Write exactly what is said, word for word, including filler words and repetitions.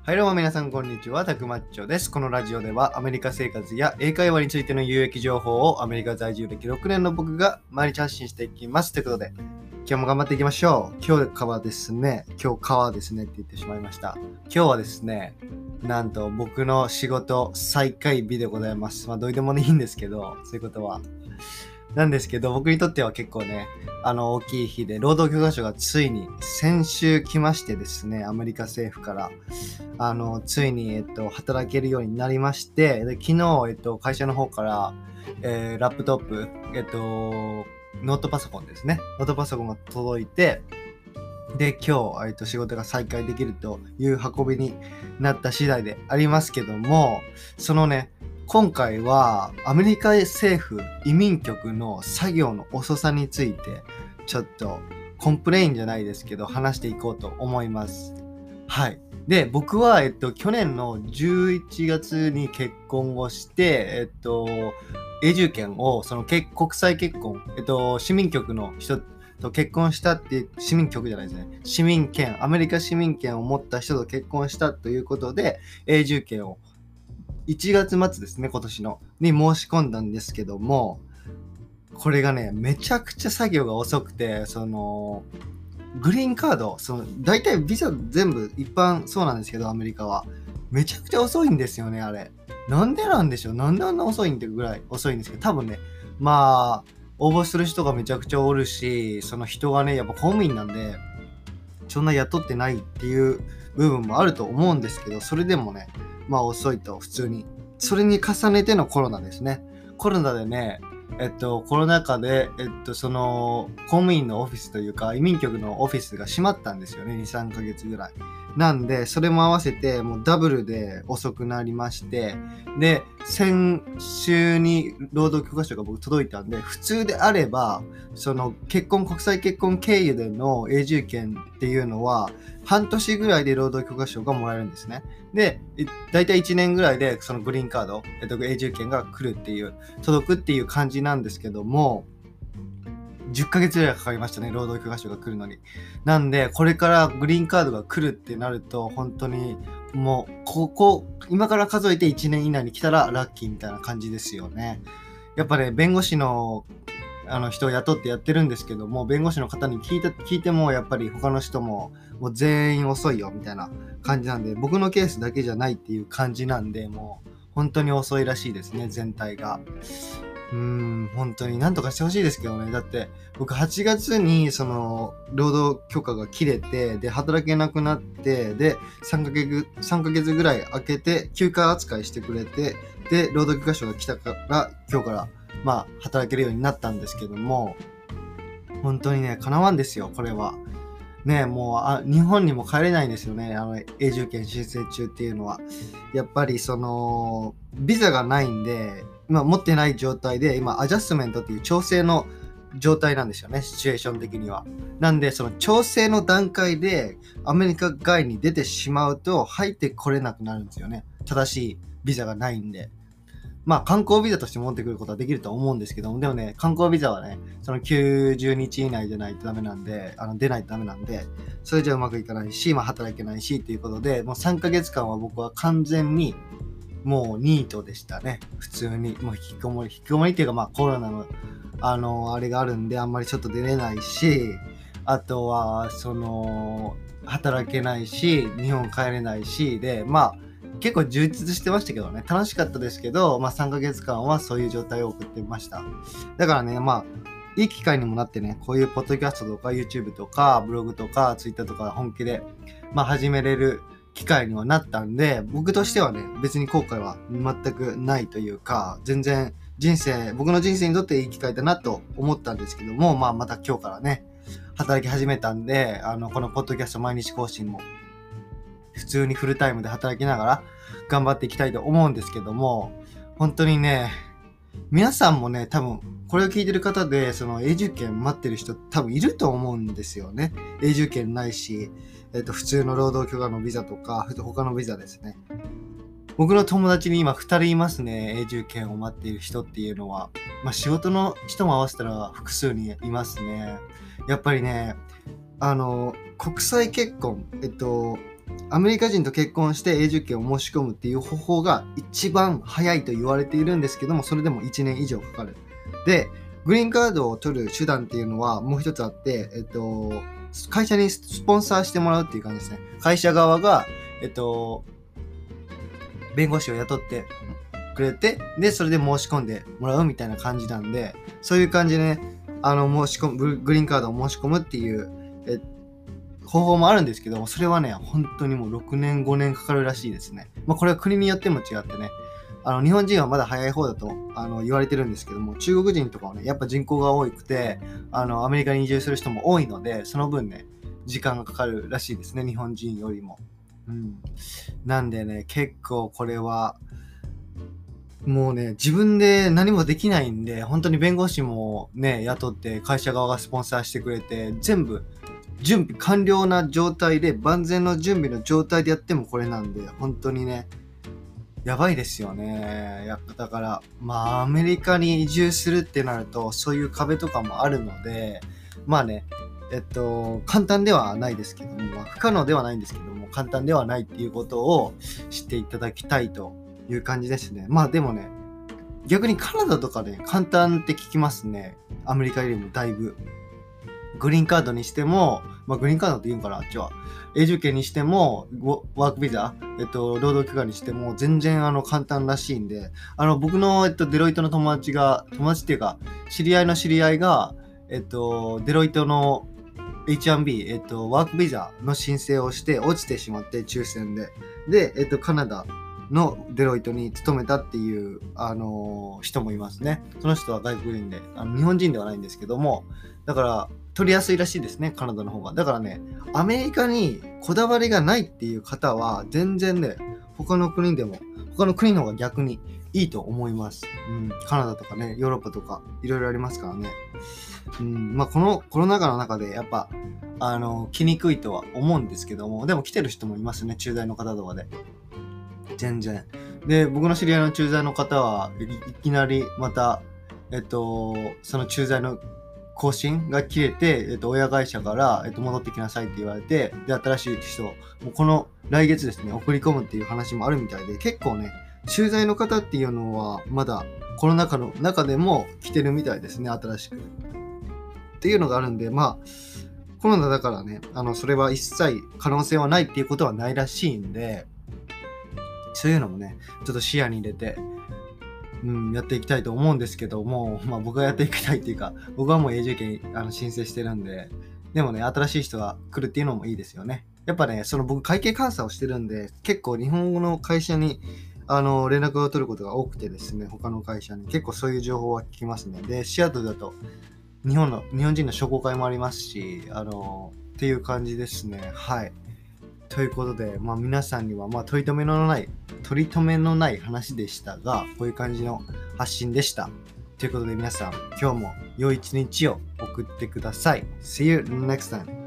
はいどうも皆さんこんにちは、たくまっちょです。このラジオではアメリカ生活や英会話についての有益情報をアメリカ在住歴ろくねんの僕が毎日発信していきます。ということで、今日も頑張っていきましょう。今日はですね、今日はですねって言ってしまいました。今日はですね、なんと僕の仕事再開日でございます。まあどうでもいいんですけど、そういうことは。なんですけど、僕にとっては結構ね、あの大きい日で、労働許可証がついに先週来ましてですね、アメリカ政府から、あの、ついに、えっと、働けるようになりまして、で昨日、えっと、会社の方から、えー、ラップトップ、えっと、ノートパソコンですね。ノートパソコンが届いて、で、今日、えっと、仕事が再開できるという運びになった次第でありますけども、そのね、今回はアメリカ政府移民局の作業の遅さについてちょっとコンプレインじゃないですけど話していこうと思います。はい。で、僕は、えっと、去年のじゅういちがつに結婚をして、えっと、永住権を、その国際結婚、えっと、市民局の人と結婚したっていう、市民局じゃないですね。市民権、アメリカ市民権を持った人と結婚したということで、永住権をいちがつ末ですね、今年のに申し込んだんですけども、これがねめちゃくちゃ作業が遅くて、そのグリーンカード、その大体ビザ全部一般そうなんですけど、アメリカはめちゃくちゃ遅いんですよね。あれなんでなんでしょう、なんであんな遅いんってぐらい遅いんですけど、多分ね、まあ応募する人がめちゃくちゃおるし、その人がねやっぱ公務員なんでそんな雇ってないっていう部分もあると思うんですけど、それでもね、まあ遅いと普通に。それに重ねてのコロナですね。コロナでね、えっと、コロナ禍で、えっと、その、公務員のオフィスというか、移民局のオフィスが閉まったんですよね、に、さんかげつぐらい。なんで、それも合わせて、もうダブルで遅くなりまして、で、先週に労働許可証が僕届いたんで、普通であれば、その、結婚、国際結婚経由での永住権っていうのは、半年ぐらいで労働許可証がもらえるんですね。で、だいたいいちねんぐらいでそのグリーンカード、えっと、永住権が来るっていう、届くっていう感じなんですけども、じゅっかげつぐらいかかりましたね、労働許可証が来るのに。なんで、これからグリーンカードが来るってなると、本当にもう、ここ、今から数えていちねん以内に来たらラッキーみたいな感じですよね。やっぱね、弁護士のあの人を雇ってやってるんですけども、弁護士の方に聞いて、聞いてもやっぱり他の人ももう全員遅いよみたいな感じなんで、僕のケースだけじゃないっていう感じなんで、もう本当に遅いらしいですね、全体が。うーん、本当になんとかしてほしいですけどね。だって僕はちがつにその労働許可が切れて、で働けなくなって、でさんかげつさんかげつぐらい空けて休暇扱いしてくれて、で労働許可証が来たから今日からまあ働けるようになったんですけども、本当にね叶わんですよ、これは。ね、もうあ日本にも帰れないんですよね、あの永住権申請中っていうのは。やっぱりそのビザがないんで、今持ってない状態で、今アジャストメントっていう調整の状態なんですよね、シチュエーション的には。なんでその調整の段階でアメリカ外に出てしまうと入ってこれなくなるんですよね、正しいビザがないんで。まあ観光ビザとして持ってくることはできると思うんですけども、でもね、観光ビザはね、そのきゅうじゅうにち以内でないとダメなんで、あの出ないとダメなんで、それじゃうまくいかないし、まあ働けないしっていうことで、もうさんかげつかんは僕は完全にもうニートでしたね。普通に。もう引きこもり、引きこもりっていうか、まあコロナの、あの、あれがあるんで、あんまりちょっと出れないし、あとは、その、働けないし、日本帰れないし、で、まあ、結構充実してましたけどね、楽しかったですけど、まあさんかげつかんはそういう状態を送ってました。だからね、まあ、いい機会にもなってね、こういうポッドキャストとか YouTube とかブログとか Twitter とか本気で、まあ始めれる機会にはなったんで、僕としてはね、別に後悔は全くないというか、全然人生、僕の人生にとっていい機会だなと思ったんですけども、まあまた今日からね、働き始めたんで、あの、このポッドキャスト毎日更新も普通にフルタイムで働きながら頑張っていきたいと思うんですけども、本当にね、皆さんもね、多分これを聞いてる方でその永住権待ってる人多分いると思うんですよね。永住権ないし、えっと普通の労働許可のビザとか他のビザですね。僕の友達に今ふたりいますね、永住権を待っている人っていうのは。まあ仕事の人も合わせたら複数にいますね。やっぱりね、あの国際結婚、えっとアメリカ人と結婚して永住権を申し込むっていう方法が一番早いと言われているんですけども、それでもいちねん以上かかる。で、グリーンカードを取る手段っていうのはもう一つあって、えっと、会社にスポンサーしてもらうっていう感じですね。会社側が、えっと、弁護士を雇ってくれて、で、それで申し込んでもらうみたいな感じなんで、そういう感じでね、あの、申し込む、グリーンカードを申し込むっていう、え方法もあるんですけども、それはね、本当にもうろくねん、ごねんかかるらしいですね。まあ、これは国によっても違ってね、あの、日本人はまだ早い方だとあの言われてるんですけども、中国人とかはね、やっぱ人口が多くて、あの、アメリカに移住する人も多いので、その分ね、時間がかかるらしいですね、日本人よりも。うん。なんでね、結構これは、もうね、自分で何もできないんで、本当に弁護士もね、雇って会社側がスポンサーしてくれて、全部準備完了な状態で、万全の準備の状態でやってもこれなんで、本当にね、やばいですよね。やっぱだから、まあアメリカに移住するってなると、そういう壁とかもあるので、まあね、えっと、簡単ではないですけども、まあ、不可能ではないんですけども、簡単ではないっていうことを知っていただきたいという感じですね。まあでもね、逆にカナダとかね、簡単って聞きますね。アメリカよりもだいぶ。グリーンカードにしても、まあ、グリーンカードって言うんかな、あっちは。永住権にしても、ワークビザ、えっと、労働許可にしても、全然あの簡単らしいんで、あの、僕の、えっと、デロイトの友達が、友達っていうか、知り合いの知り合いが、えっと、デロイトの エイチワンビー、えっと、ワークビザの申請をして、落ちてしまって、抽選で。で、えっと、カナダのデロイトに勤めたっていう、あのー、人もいますね。その人は外国人で、あの日本人ではないんですけども、だから取りやすいらしいですね、カナダの方が。だからね、アメリカにこだわりがないっていう方は全然ね、他の国でも、他の国の方が逆にいいと思います。うん、カナダとかね、ヨーロッパとかいろいろありますからね。うん、まあこのコロナ禍の中でやっぱあの来にくいとは思うんですけども、でも来てる人もいますね、駐在の方とかで。全然。で、僕の知り合いの駐在の方はいきなりまた、えっと、その駐在の更新が切れて、えっと、親会社から、えっと、戻ってきなさいって言われて、で、新しい人を、もうこの来月ですね、送り込むっていう話もあるみたいで、結構ね、駐在の方っていうのは、まだコロナ禍の中でも来てるみたいですね、新しく。っていうのがあるんで、まあ、コロナだからね、あの、それは一切可能性はないっていうことはないらしいんで、そういうのもね、ちょっと視野に入れて、うん、やっていきたいと思うんですけども、まあ僕がやっていきたいっていうか、僕はもう永住権あの申請してるんで、でもね、新しい人が来るっていうのもいいですよね。やっぱね、その僕会計監査をしてるんで、結構日本語の会社にあの連絡を取ることが多くてですね、他の会社に結構そういう情報は聞きますね。で、シアトルだと日本の、日本人の商工会もありますし、あの、っていう感じですね。はい。ということで、まあ皆さんには、まあ取り留めのない、取り留めのない話でしたが、こういう感じの発信でした。ということで皆さん、今日も良い一日を送ってください。See you next time.